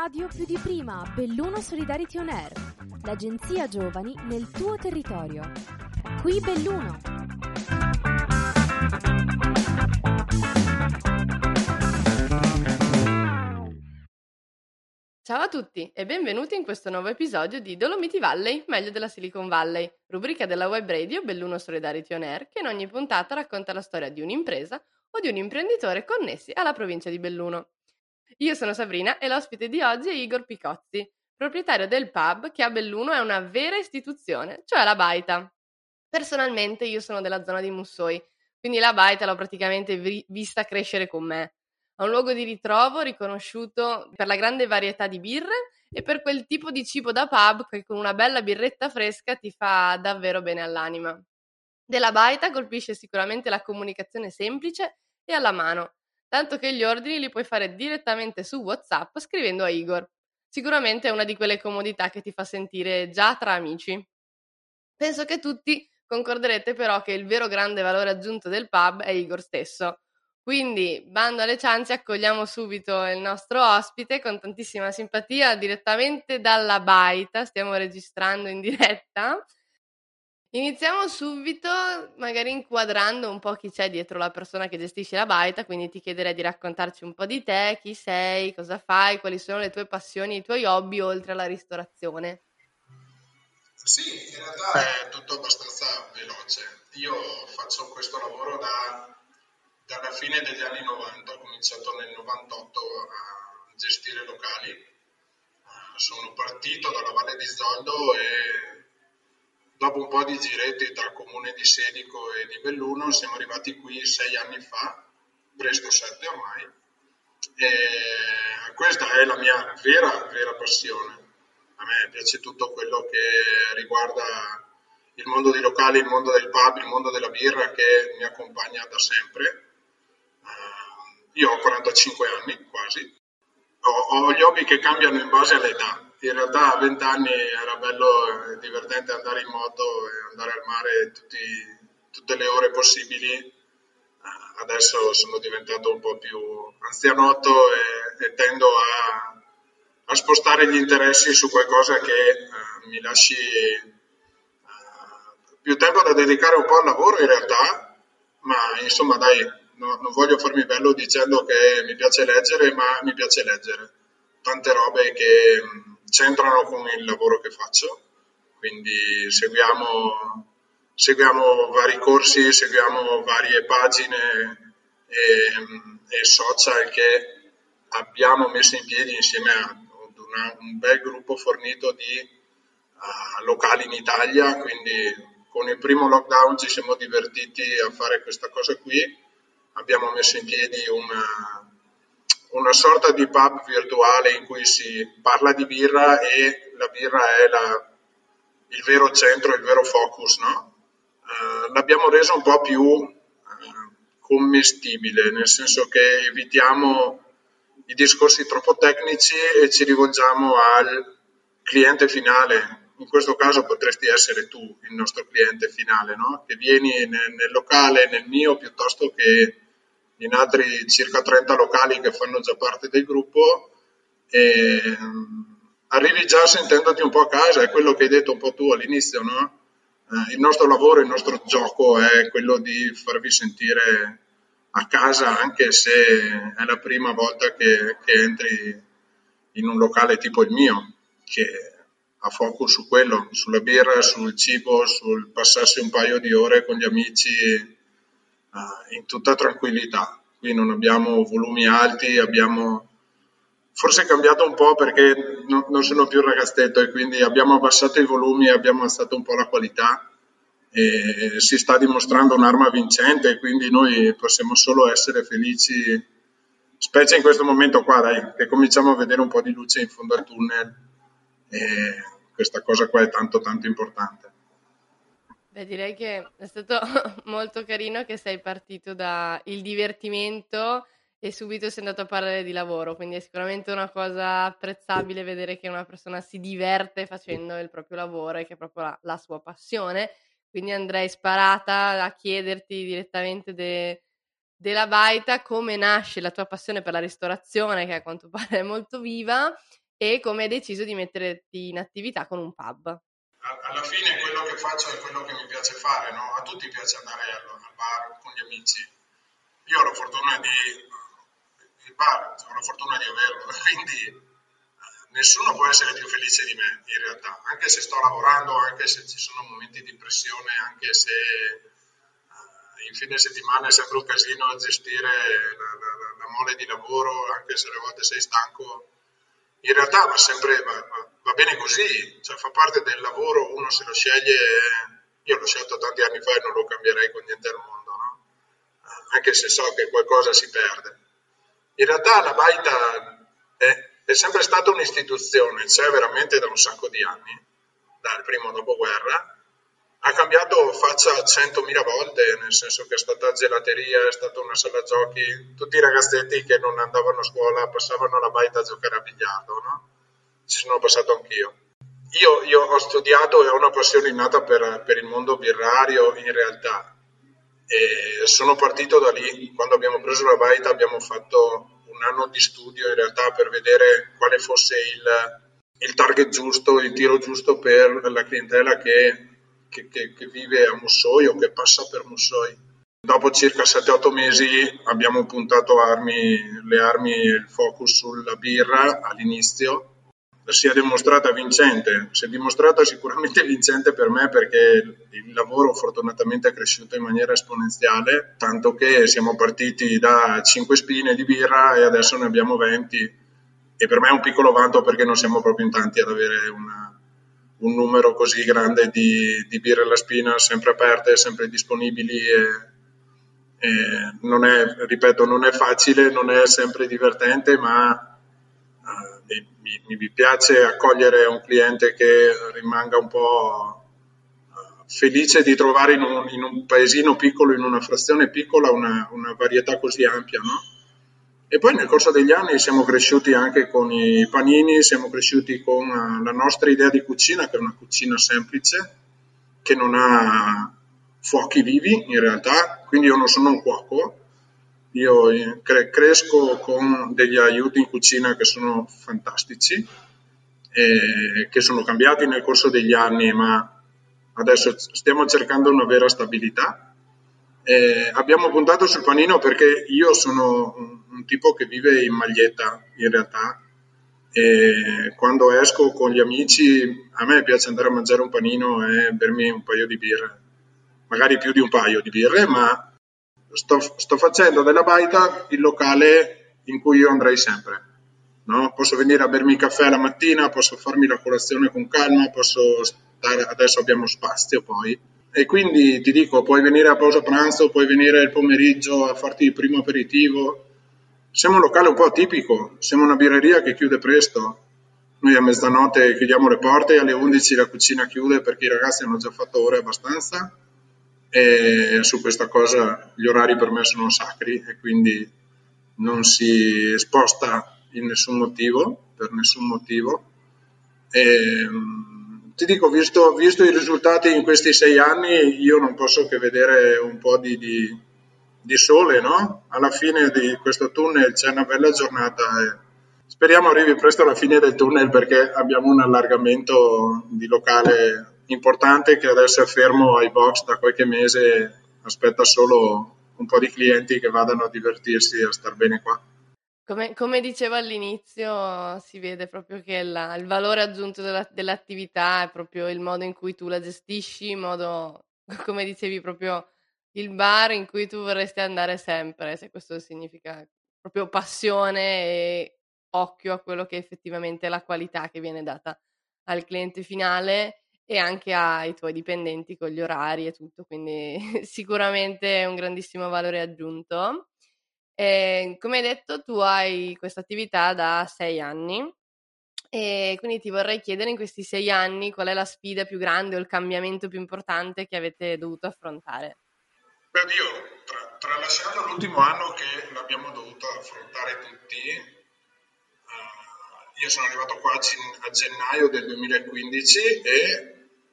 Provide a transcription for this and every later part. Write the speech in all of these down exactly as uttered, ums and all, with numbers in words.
radio più di prima, Belluno Solidarity On Air, l'agenzia giovani nel tuo territorio. Qui Belluno. Ciao a tutti e benvenuti in questo nuovo episodio di Dolomiti Valley, meglio della Silicon Valley, rubrica della web radio Belluno Solidarity On Air che in ogni puntata racconta la storia di un'impresa o di un imprenditore connessi alla provincia di Belluno. Io sono Sabrina e l'ospite di oggi è Igor Picozzi, proprietario del pub che a Belluno è una vera istituzione, cioè la Baita. Personalmente io sono della zona di Mussoi, quindi la Baita l'ho praticamente vi- vista crescere con me. È un luogo di ritrovo riconosciuto per la grande varietà di birre e per quel tipo di cibo da pub che con una bella birretta fresca ti fa davvero bene all'anima. Della Baita colpisce sicuramente la comunicazione semplice e alla mano, tanto che gli ordini li puoi fare direttamente su WhatsApp scrivendo a Igor. Sicuramente è una di quelle comodità che ti fa sentire già tra amici. Penso che tutti concorderete però che il vero grande valore aggiunto del pub è Igor stesso. Quindi, bando alle ciance, accogliamo subito il nostro ospite con tantissima simpatia direttamente dalla Baita. Stiamo registrando in diretta. Iniziamo subito, magari inquadrando un po' chi c'è dietro la persona che gestisce la Baita, quindi ti chiederei di raccontarci un po' di te, chi sei, cosa fai, quali sono le tue passioni, i tuoi hobby oltre alla ristorazione. Sì, in realtà è tutto abbastanza veloce. Io faccio questo lavoro da, dalla fine degli anni novanta, ho cominciato nel novantotto a gestire locali. Eh, Sono partito dalla Valle di Zoldo e dopo un po' di giretti tra comune di Sedico e di Belluno siamo arrivati qui sei anni fa, presto sette ormai, e questa è la mia vera, vera passione. A me piace tutto quello che riguarda il mondo dei locali, il mondo del pub, il mondo della birra che mi accompagna da sempre. Eh, io ho quarantacinque anni quasi, ho, ho gli hobby che cambiano in base all'età. In realtà a venti anni era bello e divertente andare in moto e andare al mare tutti- tutte le ore possibili. Eh, Adesso sono diventato un po' più anzianotto e, e tendo a, a spostare gli interessi su qualcosa che eh, mi lasci eh, più tempo da dedicare un po' al lavoro in realtà, ma insomma dai, no- non voglio farmi bello dicendo che mi piace leggere, ma mi piace leggere tante robe che mh, c'entrano con il lavoro che faccio, quindi seguiamo, seguiamo vari corsi, seguiamo varie pagine e, mh, e social che abbiamo messo in piedi insieme a una- un bel gruppo fornito di eh, locali in Italia, quindi con il primo lockdown ci siamo divertiti a fare questa cosa qui, abbiamo messo in piedi una, una sorta di pub virtuale in cui si parla di birra e la birra è la- il vero centro, il vero focus, no? Eh, l'abbiamo reso un po' più eh, commestibile, nel senso che evitiamo i discorsi troppo tecnici e ci rivolgiamo al cliente finale. In questo caso potresti essere tu il nostro cliente finale, no? Che vieni nel, nel locale, nel mio, piuttosto che in altri circa trenta locali che fanno già parte del gruppo e mm, arrivi già sentendoti un po' a casa, è quello che hai detto un po' tu all'inizio, no? Eh, il nostro lavoro, il nostro gioco è quello di farvi sentire a casa anche se è la prima volta che, che entri in un locale tipo il mio, che ha focus su quello, sulla birra, sul cibo, sul passarsi un paio di ore con gli amici eh, in tutta tranquillità. Qui non abbiamo volumi alti, abbiamo forse cambiato un po' perché no- non sono più un ragazzetto e quindi abbiamo abbassato i volumi e abbiamo alzato un po' la qualità e si sta dimostrando un'arma vincente, quindi noi possiamo solo essere felici, specie in questo momento qua, dai, che cominciamo a vedere un po' di luce in fondo al tunnel e questa cosa qua è tanto tanto importante. Beh, direi che è stato molto carino che sei partito da il divertimento e subito sei andato a parlare di lavoro, quindi è sicuramente una cosa apprezzabile vedere che una persona si diverte facendo il proprio lavoro e che è proprio la, la sua passione. Quindi andrei sparata a chiederti direttamente de- della Baita come nasce la tua passione per la ristorazione, che a quanto pare è molto viva, e come hai deciso di metterti in attività con un pub. Alla fine quello che faccio è quello che mi piace fare, no? A tutti piace andare al, al bar con gli amici. Io ho la fortuna di il bar, ho la fortuna di averlo, quindi eh, nessuno può essere più felice di me in realtà, anche se sto lavorando, anche se ci sono momenti di pressione, anche se eh, in fine settimana è sempre un casino gestire la, la, la, la mole di lavoro, anche se alle volte sei stanco. In realtà va sempre va, va, va bene così, cioè fa parte del lavoro, uno se lo sceglie, io l'ho scelto tanti anni fa e non lo cambierei con niente al mondo, no? Anche se so che qualcosa si perde. In realtà la baita è, è sempre stata un'istituzione, c'è veramente da un sacco di anni, dal primo dopoguerra, ha cambiato faccia centomila volte, nel senso che è stata gelateria, è stata una sala giochi, tutti i ragazzetti che non andavano a scuola passavano la baita a giocare a biliardo, no? Ci sono passato anch'io. Io, io ho studiato e ho una passione innata per, per il mondo birrario in realtà, e sono partito da lì. Quando abbiamo preso la baita abbiamo fatto un anno di studio in realtà per vedere quale fosse il, il target giusto, il tiro giusto per la clientela che, che, che, che vive a Mussoi o che passa per Mussoi. Dopo circa sette otto mesi abbiamo puntato armi, le armi e il focus sulla birra all'inizio. Si è dimostrata vincente, si è dimostrata sicuramente vincente per me perché il lavoro fortunatamente è cresciuto in maniera esponenziale, tanto che siamo partiti da cinque spine di birra e adesso ne abbiamo venti, e per me è un piccolo vanto perché non siamo proprio in tanti ad avere una, un numero così grande di, di birre alla spina, sempre aperte, sempre disponibili e, e non è, ripeto, non è facile, non è sempre divertente, ma Mi, mi piace accogliere un cliente che rimanga un po' felice di trovare in un, in un paesino piccolo, in una frazione piccola, una, una varietà così ampia, no? E poi nel corso degli anni siamo cresciuti anche con i panini, siamo cresciuti con la nostra idea di cucina, che è una cucina semplice, che non ha fuochi vivi in realtà, quindi io non sono un cuoco. Io cre- cresco con degli aiuti in cucina che sono fantastici, e che sono cambiati nel corso degli anni, ma adesso stiamo cercando una vera stabilità. E abbiamo puntato sul panino perché io sono un, un tipo che vive in maglietta in realtà, e quando esco con gli amici a me piace andare a mangiare un panino e bermi un paio di birre, magari più di un paio di birre, ma Sto, sto facendo della baita il locale in cui io andrei sempre, no? Posso venire a bermi il caffè la mattina, posso farmi la colazione con calma, posso stare, adesso abbiamo spazio poi, e quindi ti dico, puoi venire a pausa pranzo, puoi venire il pomeriggio a farti il primo aperitivo. Siamo un locale un po' atipico, siamo una birreria che chiude presto. Noi a mezzanotte chiudiamo le porte e alle undici la cucina chiude perché i ragazzi hanno già fatto ore abbastanza, e su questa cosa gli orari per me sono sacri e quindi non si sposta in nessun motivo, per nessun motivo. E, ti dico, visto, visto i risultati in questi sei anni, io non posso che vedere un po' di, di, di sole, no? Alla fine di questo tunnel c'è una bella giornata e speriamo arrivi presto alla fine del tunnel perché abbiamo un allargamento di locale importante che adesso è fermo ai box da qualche mese, aspetta solo un po' di clienti che vadano a divertirsi e a star bene qua. Come, come dicevo all'inizio, si vede proprio che la, il valore aggiunto della, dell'attività è proprio il modo in cui tu la gestisci, in modo, come dicevi, proprio il bar in cui tu vorresti andare sempre, se questo significa proprio passione e occhio a quello che effettivamente è la qualità che viene data al cliente finale e anche ai tuoi dipendenti con gli orari e tutto, quindi sicuramente è un grandissimo valore aggiunto. E, come hai detto, tu hai questa attività da sei anni e quindi ti vorrei chiedere in questi sei anni qual è la sfida più grande o il cambiamento più importante che avete dovuto affrontare. Beh, io, tra, tralasciando l'ultimo anno che l'abbiamo dovuto affrontare tutti, uh, io sono arrivato qua a gennaio del duemilaquindici e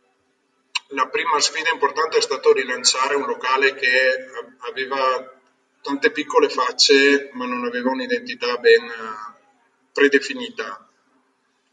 la prima sfida importante è stato rilanciare un locale che aveva tante piccole facce ma non aveva un'identità ben predefinita.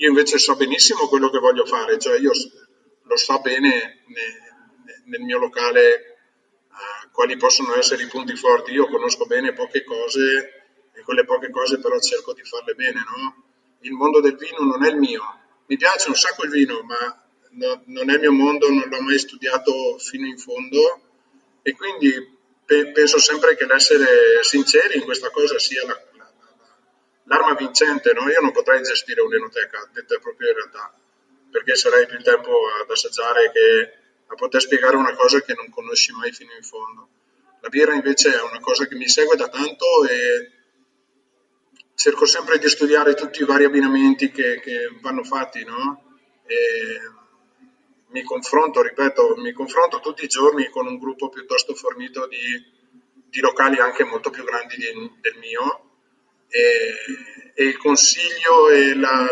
io invece so benissimo quello che voglio fare, cioè io lo so bene ne- nel mio locale eh, quali possono essere i punti forti. Io conosco bene poche cose e quelle poche cose però cerco di farle bene, no? Il mondo del vino non è il mio. Mi piace un sacco il vino, ma no- non è il mio mondo, non l'ho mai studiato fino in fondo e quindi pe- penso sempre che l'essere sinceri in questa cosa sia la, la- la- l'arma vincente, no? Io non potrei gestire un'enoteca, detta proprio in realtà, perché sarei più tempo ad assaggiare che a poter spiegare una cosa che non conosci mai fino in fondo. La birra invece è una cosa che mi segue da tanto e cerco sempre di studiare tutti i vari abbinamenti che, che vanno fatti, no? E mi confronto, ripeto, mi confronto tutti i giorni con un gruppo piuttosto fornito di, di locali anche molto più grandi di- del mio e, e il consiglio e, la,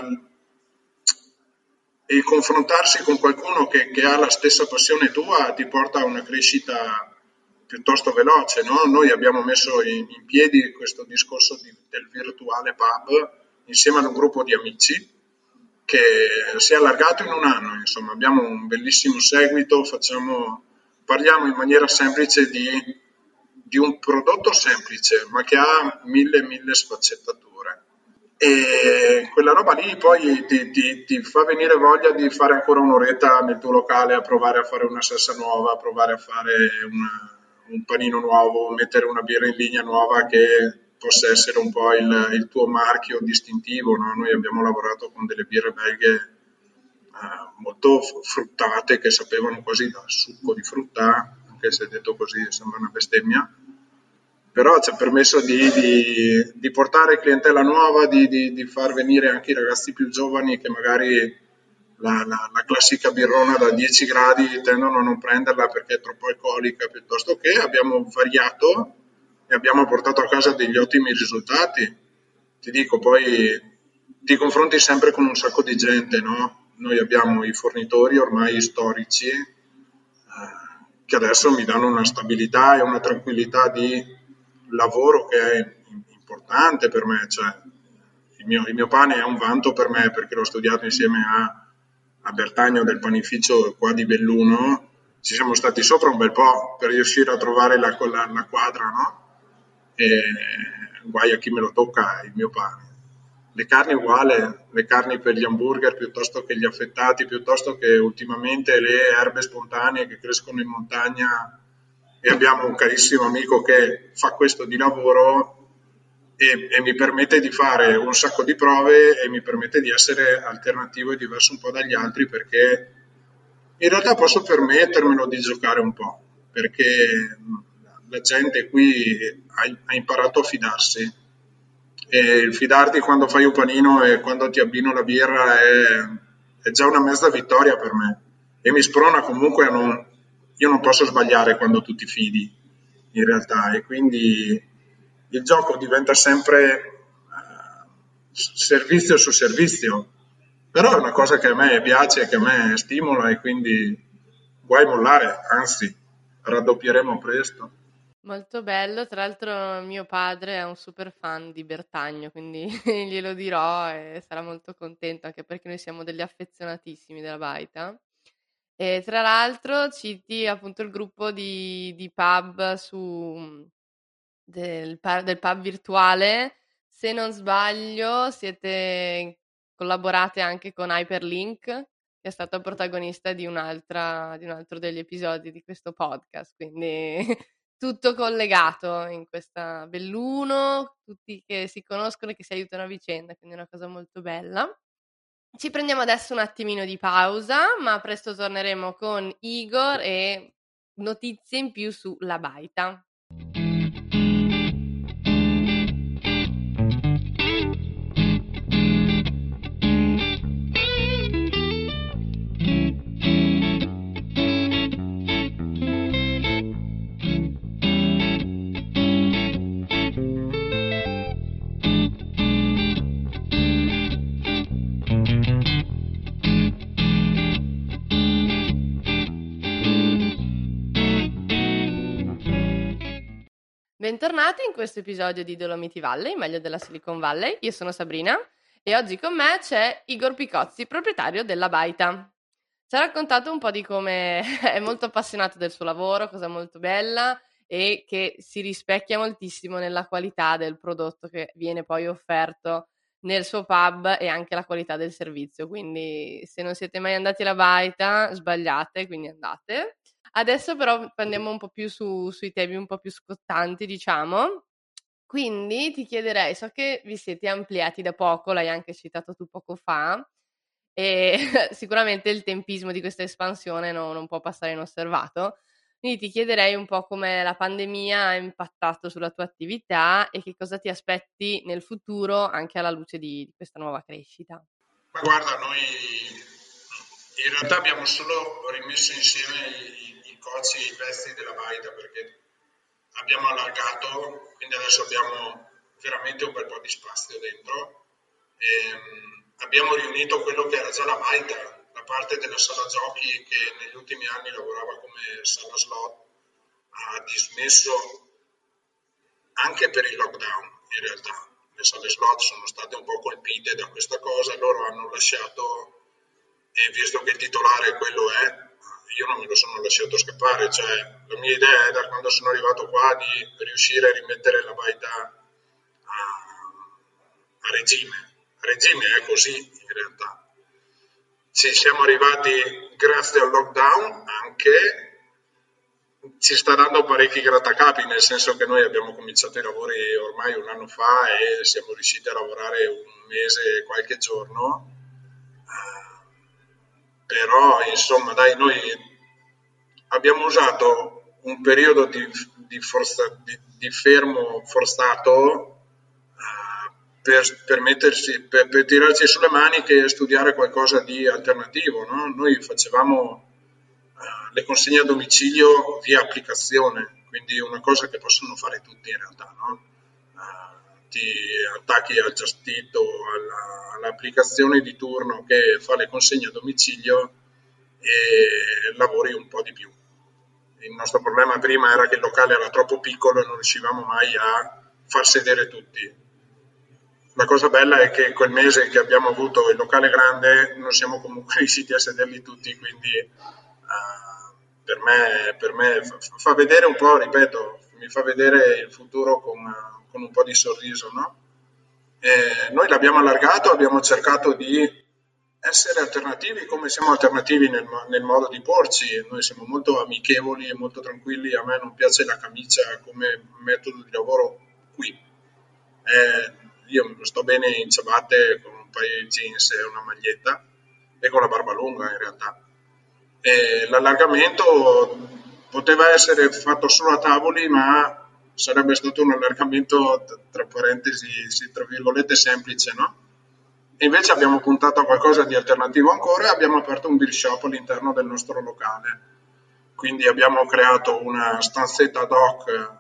e il confrontarsi con qualcuno che, che ha la stessa passione tua ti porta a una crescita piuttosto veloce, no? Noi abbiamo messo in, in piedi questo discorso di- del virtuale pub insieme ad un gruppo di amici che si è allargato in un anno, insomma, abbiamo un bellissimo seguito, facciamo, parliamo in maniera semplice di, di un prodotto semplice, ma che ha mille, mille sfaccettature. E quella roba lì poi ti, ti- ti fa venire voglia di fare ancora un'oretta nel tuo locale a provare a fare una salsa nuova, a provare a fare una- un panino nuovo, mettere una birra in linea nuova che possa essere un po' il, il tuo marchio distintivo, no? Noi abbiamo lavorato con delle birre belghe eh, molto f- fruttate che sapevano quasi da succo di frutta, anche se detto così sembra una bestemmia, però ci ha permesso di, di- di portare clientela nuova, di, di- di far venire anche i ragazzi più giovani che magari la, la- la classica birrona da dieci gradi tendono a non prenderla perché è troppo alcolica, piuttosto che abbiamo variato e abbiamo portato a casa degli ottimi risultati. Ti dico, poi ti confronti sempre con un sacco di gente, no? Noi abbiamo i fornitori ormai storici eh, che adesso mi danno una stabilità e una tranquillità di lavoro che è importante per me, cioè il mio, il mio pane è un vanto per me perché l'ho studiato insieme a, a Bertagno del panificio qua di Belluno, ci siamo stati sopra un bel po' per riuscire a trovare la, la, la quadra, no? E guai a chi me lo tocca il mio pane. Le carni uguale, le carni per gli hamburger piuttosto che gli affettati, piuttosto che ultimamente le erbe spontanee che crescono in montagna e abbiamo un carissimo amico che fa questo di lavoro e, e mi permette di fare un sacco di prove e mi permette di essere alternativo e diverso un po' dagli altri perché in realtà posso permettermelo di giocare un po' perché la gente qui ha, ha imparato a fidarsi e il fidarti quando fai un panino e quando ti abbino la birra è, è già una mezza vittoria per me e mi sprona comunque a non, io non posso sbagliare quando tu ti fidi in realtà e quindi il gioco diventa sempre eh, servizio su servizio, però è una cosa che a me piace, che a me stimola e quindi guai mollare, anzi raddoppieremo presto. Molto bello, tra l'altro mio padre è un super fan di Bertagno, quindi glielo dirò e sarà molto contento, anche perché noi siamo degli affezionatissimi della baita. E tra l'altro citi appunto il gruppo di, di pub su, del, pa- del pub virtuale, se non sbaglio siete collaborate anche con Hyperlink, che è stato protagonista di un'altra, di un altro degli episodi di questo podcast, quindi tutto collegato in questa Belluno, tutti che si conoscono e che si aiutano a vicenda, quindi è una cosa molto bella. Ci prendiamo adesso un attimino di pausa, ma presto torneremo con Igor e notizie in più sulla baita. Bentornati in questo episodio di Dolomiti Valley, meglio della Silicon Valley. Io sono Sabrina E oggi con me c'è Igor Picozzi, proprietario della Baita. Ci ha raccontato un po' di come è molto appassionato del suo lavoro, cosa molto bella, e che si rispecchia moltissimo nella qualità del prodotto che viene poi offerto nel suo pub e anche la qualità del servizio. Quindi se non siete mai andati alla Baita, sbagliate, quindi andate. Adesso però andiamo un po' più su, sui temi un po' più scottanti, diciamo. Quindi ti chiederei, so che vi siete ampliati da poco, l'hai anche citato tu poco fa, e sicuramente il tempismo di questa espansione no, non può passare inosservato. Quindi ti chiederei un po' come la pandemia ha impattato sulla tua attività e che cosa ti aspetti nel futuro anche alla luce di, di questa nuova crescita. Ma guarda, noi in realtà abbiamo solo rimesso insieme i, i cocci e i pezzi della baita perché abbiamo allargato, quindi adesso abbiamo veramente un bel po' di spazio dentro. E, um, abbiamo riunito quello che era già la baita, la parte della sala giochi che negli ultimi anni lavorava come sala slot, ha dismesso anche per il lockdown in realtà. Le sale slot sono state un po' colpite da questa cosa, loro hanno lasciato, e visto che il titolare quello è, io non me lo sono lasciato scappare, cioè la mia idea è da quando sono arrivato qua di riuscire a rimettere la baita a, a regime. A regime è così in realtà. Ci siamo arrivati grazie al lockdown anche, ci sta dando parecchi grattacapi, nel senso che noi abbiamo cominciato i lavori ormai un anno fa e siamo riusciti a lavorare un mese e qualche giorno, però insomma dai, noi abbiamo usato un periodo di, di, forza, di, di fermo forzato Per, per, mettersi, per, per tirarci sulle maniche e studiare qualcosa di alternativo, no? Noi facevamo uh, le consegne a domicilio via applicazione, quindi una cosa che possono fare tutti in realtà, no? Uh, ti attacchi al gestito, alla, all'applicazione di turno che fa le consegne a domicilio e lavori un po' di più. Il nostro problema prima era che il locale era troppo piccolo e non riuscivamo mai a far sedere tutti. La cosa bella è che quel mese che abbiamo avuto il locale grande non siamo comunque riusciti a sederli tutti, quindi uh, per me, per me fa, fa vedere un po', ripeto, mi fa vedere il futuro con, uh, con un po' di sorriso, no? E noi l'abbiamo allargato, abbiamo cercato di essere alternativi come siamo alternativi nel, nel modo di porci. Noi siamo molto amichevoli e molto tranquilli, a me non piace la camicia come metodo di lavoro qui. Eh, io sto bene in ciabatte con un paio di jeans e una maglietta e con la barba lunga in realtà. E l'allargamento poteva essere fatto solo a tavoli, ma sarebbe stato un allargamento tra parentesi, tra virgolette, semplice, no? E invece abbiamo puntato a qualcosa di alternativo ancora e abbiamo aperto un beer shop all'interno del nostro locale. Quindi abbiamo creato una stanzetta ad hoc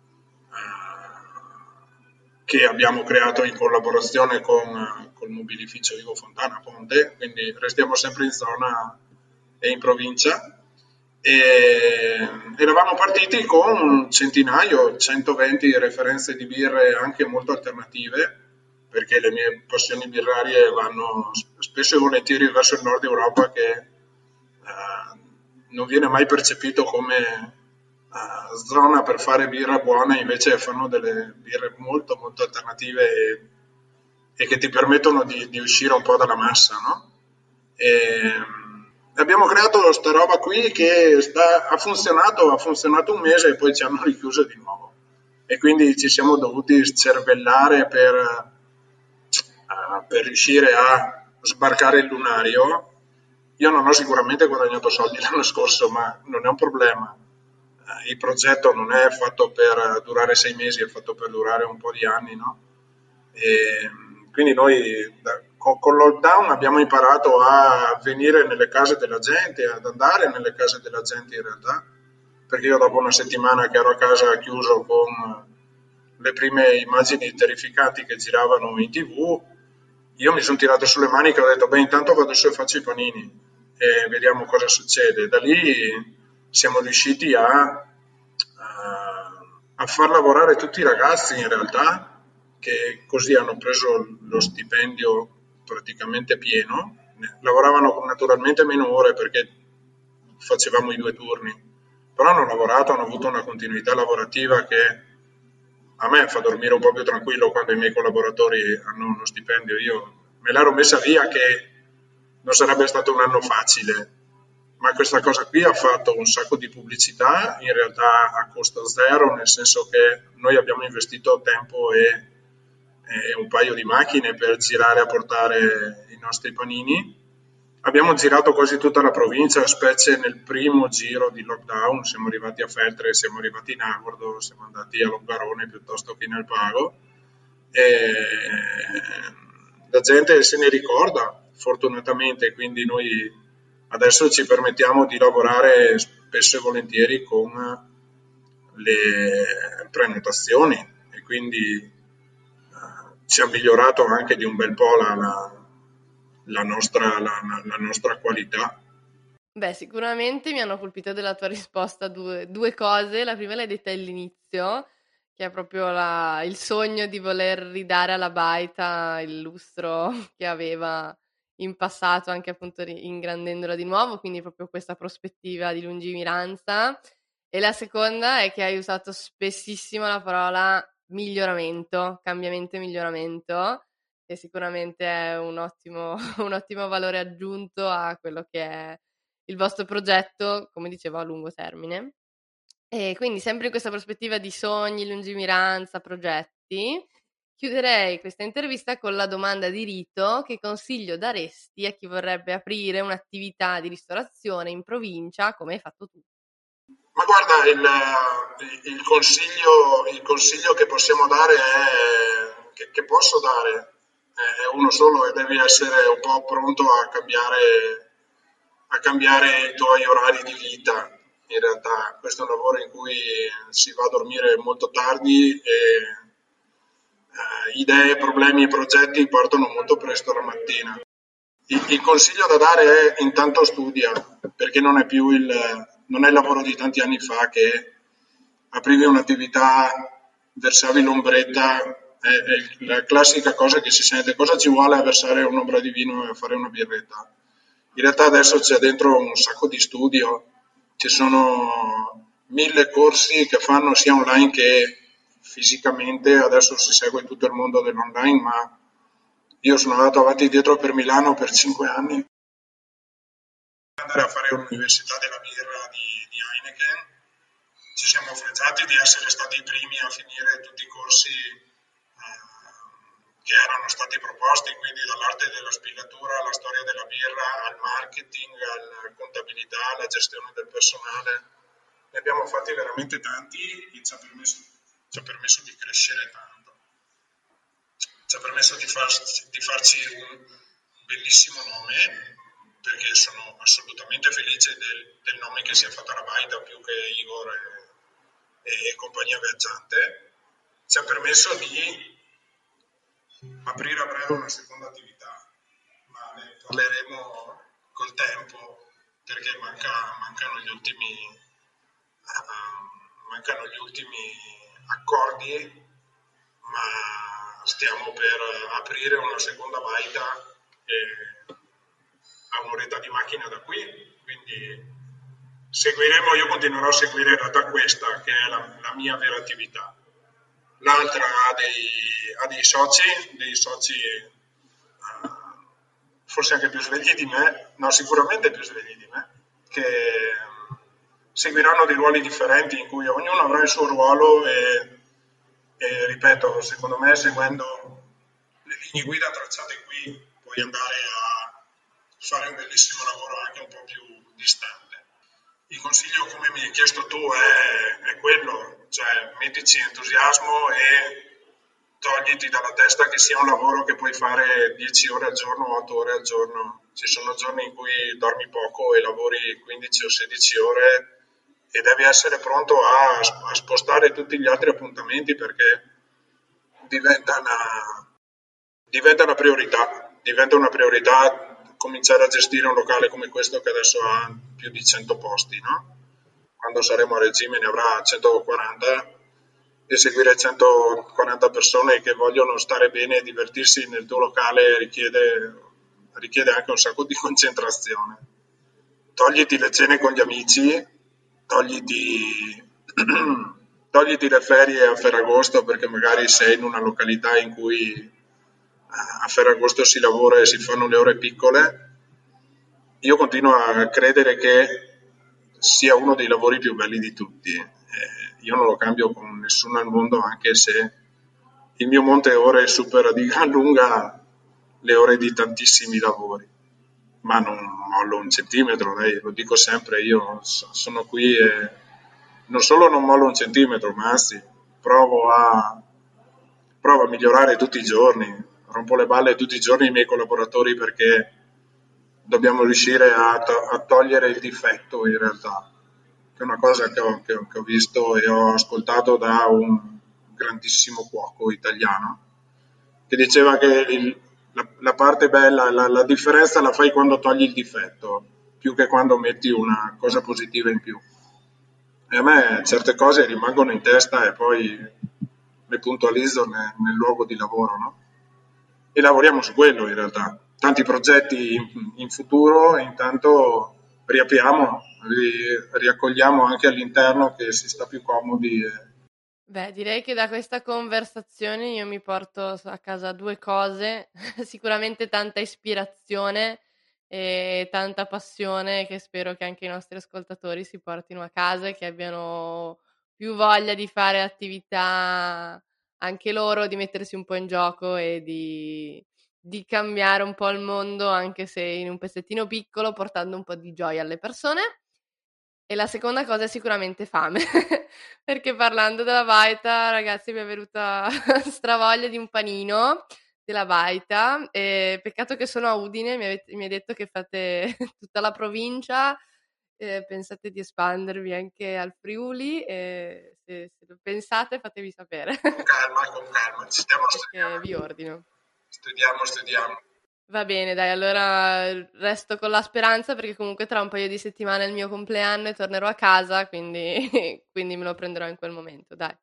che abbiamo creato in collaborazione con, con il mobilificio Ivo Fontana Ponte, quindi restiamo sempre in zona e in provincia. E eravamo partiti con un centinaio, centoventi referenze di birre anche molto alternative, perché le mie passioni birrarie vanno spesso e volentieri verso il nord Europa, che eh, non viene mai percepito come Uh, zona per fare birra buona, invece fanno delle birre molto molto alternative e, e che ti permettono di, di uscire un po' dalla massa, no? E abbiamo creato sta roba qui che sta, ha funzionato ha funzionato un mese e poi ci hanno richiuso di nuovo e quindi ci siamo dovuti scervellare per, uh, per riuscire a sbarcare il lunario. Io non ho sicuramente guadagnato soldi l'anno scorso, ma non è un problema. Il progetto non è fatto per durare sei mesi, è fatto per durare un po' di anni, no? E quindi noi da, con, con lockdown abbiamo imparato a venire nelle case della gente, ad andare nelle case della gente in realtà, perché io dopo una settimana che ero a casa chiuso con le prime immagini terrificanti che giravano in tv, io mi sono tirato sulle maniche e ho detto, beh, intanto vado su e faccio i panini e vediamo cosa succede. Da lì siamo riusciti a, a, a far lavorare tutti i ragazzi in realtà, che così hanno preso lo stipendio praticamente pieno, lavoravano naturalmente meno ore perché facevamo i due turni, però hanno lavorato, hanno avuto una continuità lavorativa che a me fa dormire un po' più tranquillo quando i miei collaboratori hanno uno stipendio. Io me l'ero messa via che non sarebbe stato un anno facile, ma questa cosa qui ha fatto un sacco di pubblicità, in realtà a costo zero, nel senso che noi abbiamo investito tempo e, e un paio di macchine per girare a portare i nostri panini. Abbiamo girato quasi tutta la provincia, specie nel primo giro di lockdown. Siamo arrivati a Feltre, siamo arrivati in Agordo, siamo andati a Longarone piuttosto che nel Pago. E la gente se ne ricorda, fortunatamente, quindi noi adesso ci permettiamo di lavorare spesso e volentieri con le prenotazioni e quindi eh, ci ha migliorato anche di un bel po' la, la La nostra, la, la nostra qualità. Beh, sicuramente mi hanno colpito della tua risposta due, due cose. La prima l'hai detta all'inizio, che è proprio la, il sogno di voler ridare alla baita il lustro che aveva in passato, anche appunto ingrandendola di nuovo, quindi proprio questa prospettiva di lungimiranza. E la seconda è che hai usato spessissimo la parola miglioramento, cambiamento e miglioramento, che sicuramente è un ottimo, un ottimo valore aggiunto a quello che è il vostro progetto, come dicevo, a lungo termine. E quindi sempre in questa prospettiva di sogni, lungimiranza, progetti, chiuderei questa intervista con la domanda di rito: che consiglio daresti a chi vorrebbe aprire un'attività di ristorazione in provincia come hai fatto tu? Ma guarda, il, il, consiglio, il consiglio che possiamo dare è, che, che posso dare, è uno solo, e devi essere un po' pronto a cambiare, a cambiare i tuoi orari di vita. In realtà questo è un lavoro in cui si va a dormire molto tardi e eh, idee, problemi e progetti partono molto presto la mattina. Il, il consiglio da dare è: intanto studia, perché non è più il, non è il lavoro di tanti anni fa che aprivi un'attività, versavi l'ombretta, è, è la classica cosa che si sente: cosa ci vuole a versare un'ombra di vino e a fare una birretta? In realtà adesso c'è dentro un sacco di studio, ci sono mille corsi che fanno sia online che fisicamente. Adesso si segue tutto il mondo dell'online, ma io sono andato avanti e dietro per Milano per cinque anni, andare a fare l'università della birra di, di Heineken. Ci siamo fregiati di essere stati i primi a finire tutti i corsi eh, che erano stati proposti, quindi dall'arte della spillatura alla storia della birra, al marketing, alla contabilità, alla gestione del personale. Ne abbiamo fatti veramente tanti e ci ha permesso, ci ha permesso di crescere tanto. Ci ha permesso di, far, di farci un bellissimo nome, perché sono assolutamente felice del, del nome che si è fatto alla baita, più che Igor e, e compagnia viaggiante. Ci ha permesso di aprire a breve una seconda attività, ma ne parleremo col tempo, perché manca, mancano gli ultimi uh, mancano gli ultimi accordi, ma stiamo per aprire una seconda baita e a un'oretta di macchina da qui, quindi seguiremo, io continuerò a seguire in realtà questa, che è la, la mia vera attività. L'altra ha dei, ha dei soci, dei soci uh, forse anche più svegli di me, no, sicuramente più svegli di me, che seguiranno dei ruoli differenti in cui ognuno avrà il suo ruolo e, e ripeto, secondo me seguendo le linee guida tracciate qui puoi andare a fare un bellissimo lavoro anche un po' più distante. Il consiglio, come mi hai chiesto tu, è, è quello, cioè mettici entusiasmo e togliti dalla testa che sia un lavoro che puoi fare dieci ore al giorno, otto ore al giorno. Ci sono giorni in cui dormi poco e lavori quindici o sedici ore e devi essere pronto a, a spostare tutti gli altri appuntamenti, perché diventa una, diventa una priorità, diventa una priorità cominciare a gestire un locale come questo che adesso ha più di cento posti, no? Quando saremo a regime ne avrà centoquaranta e seguire centoquaranta persone che vogliono stare bene e divertirsi nel tuo locale richiede, richiede anche un sacco di concentrazione. Togliti le cene con gli amici, togliti, togliti le ferie a Ferragosto perché magari sei in una località in cui a Ferragosto si lavora e si fanno le ore piccole. Io continuo a credere che sia uno dei lavori più belli di tutti. Eh, io non lo cambio con nessuno al mondo, anche se il mio monte ore supera di gran lunga le ore di tantissimi lavori. Ma non mollo un centimetro, dai, lo dico sempre, io sono qui e non solo non mollo un centimetro, ma anzi provo a, provo a migliorare tutti i giorni, rompo le balle tutti i giorni ai miei collaboratori perché dobbiamo riuscire a, to- a togliere il difetto in realtà, che è una cosa che ho, che ho, che ho visto e ho ascoltato da un grandissimo cuoco italiano che diceva che il, la, la parte bella, la, la differenza la fai quando togli il difetto, più che quando metti una cosa positiva in più. E a me certe cose rimangono in testa e poi le puntualizzo nel, nel luogo di lavoro, no? E lavoriamo su quello in realtà. Tanti progetti in, in futuro, intanto riapriamo, ri, riaccogliamo anche all'interno che si sta più comodi. E... Beh, direi che da questa conversazione io mi porto a casa due cose, sicuramente tanta ispirazione e tanta passione che spero che anche i nostri ascoltatori si portino a casa e che abbiano più voglia di fare attività anche loro, di mettersi un po' in gioco e di, di cambiare un po' il mondo, anche se in un pezzettino piccolo, portando un po' di gioia alle persone. E la seconda cosa è sicuramente fame, perché parlando della baita, ragazzi, mi è venuta stravoglia di un panino della baita, e peccato che sono a Udine, mi avete, mi hai detto che fate tutta la provincia, eh, pensate di espandervi anche al Friuli, e se, se lo pensate fatevi sapere. Con calma, con calma, stiamo studiando. Vi ordino. Studiamo, studiamo. Va bene, dai, allora resto con la speranza perché comunque tra un paio di settimane è il mio compleanno e tornerò a casa, quindi, quindi me lo prenderò in quel momento, dai.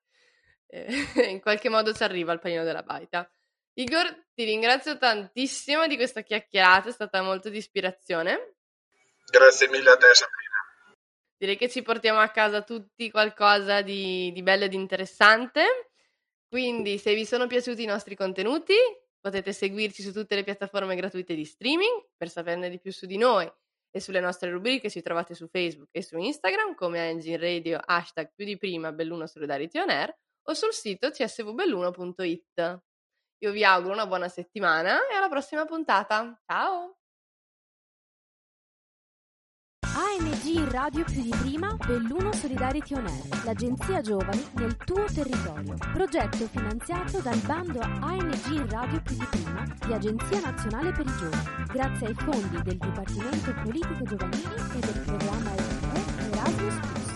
Eh, in qualche modo ci arriva il panino della baita. Igor, ti ringrazio tantissimo di questa chiacchierata, è stata molto di ispirazione. Grazie mille a te, Sabrina. Direi che ci portiamo a casa tutti qualcosa di, di bello e di interessante, quindi se vi sono piaciuti i nostri contenuti potete seguirci su tutte le piattaforme gratuite di streaming per saperne di più su di noi e sulle nostre rubriche ci trovate su Facebook e su Instagram come Engine Radio, hashtag più di prima Belluno Solidarity On Air o sul sito c s v belluno punto i t. Io vi auguro una buona settimana e alla prossima puntata. Ciao! A N G Radio più di prima Belluno Solidarity On Air, l'agenzia giovani nel tuo territorio. Progetto finanziato dal bando A N G Radio più di prima di Agenzia Nazionale per i Giovani, grazie ai fondi del Dipartimento Politiche Giovanili e del programma Erasmus.